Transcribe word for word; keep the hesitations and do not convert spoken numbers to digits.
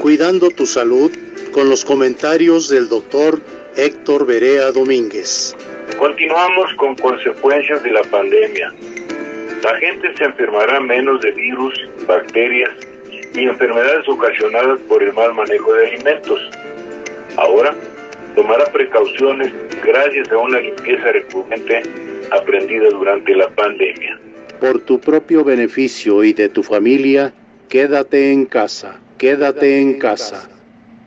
Cuidando tu salud con los comentarios del doctor Héctor Berea Domínguez. Continuamos con consecuencias de la pandemia. La gente se enfermará menos de virus, bacterias y enfermedades ocasionadas por el mal manejo de alimentos. Ahora, tomará precauciones gracias a una limpieza recurrente aprendida durante la pandemia. Por tu propio beneficio y de tu familia, quédate en casa, quédate en casa.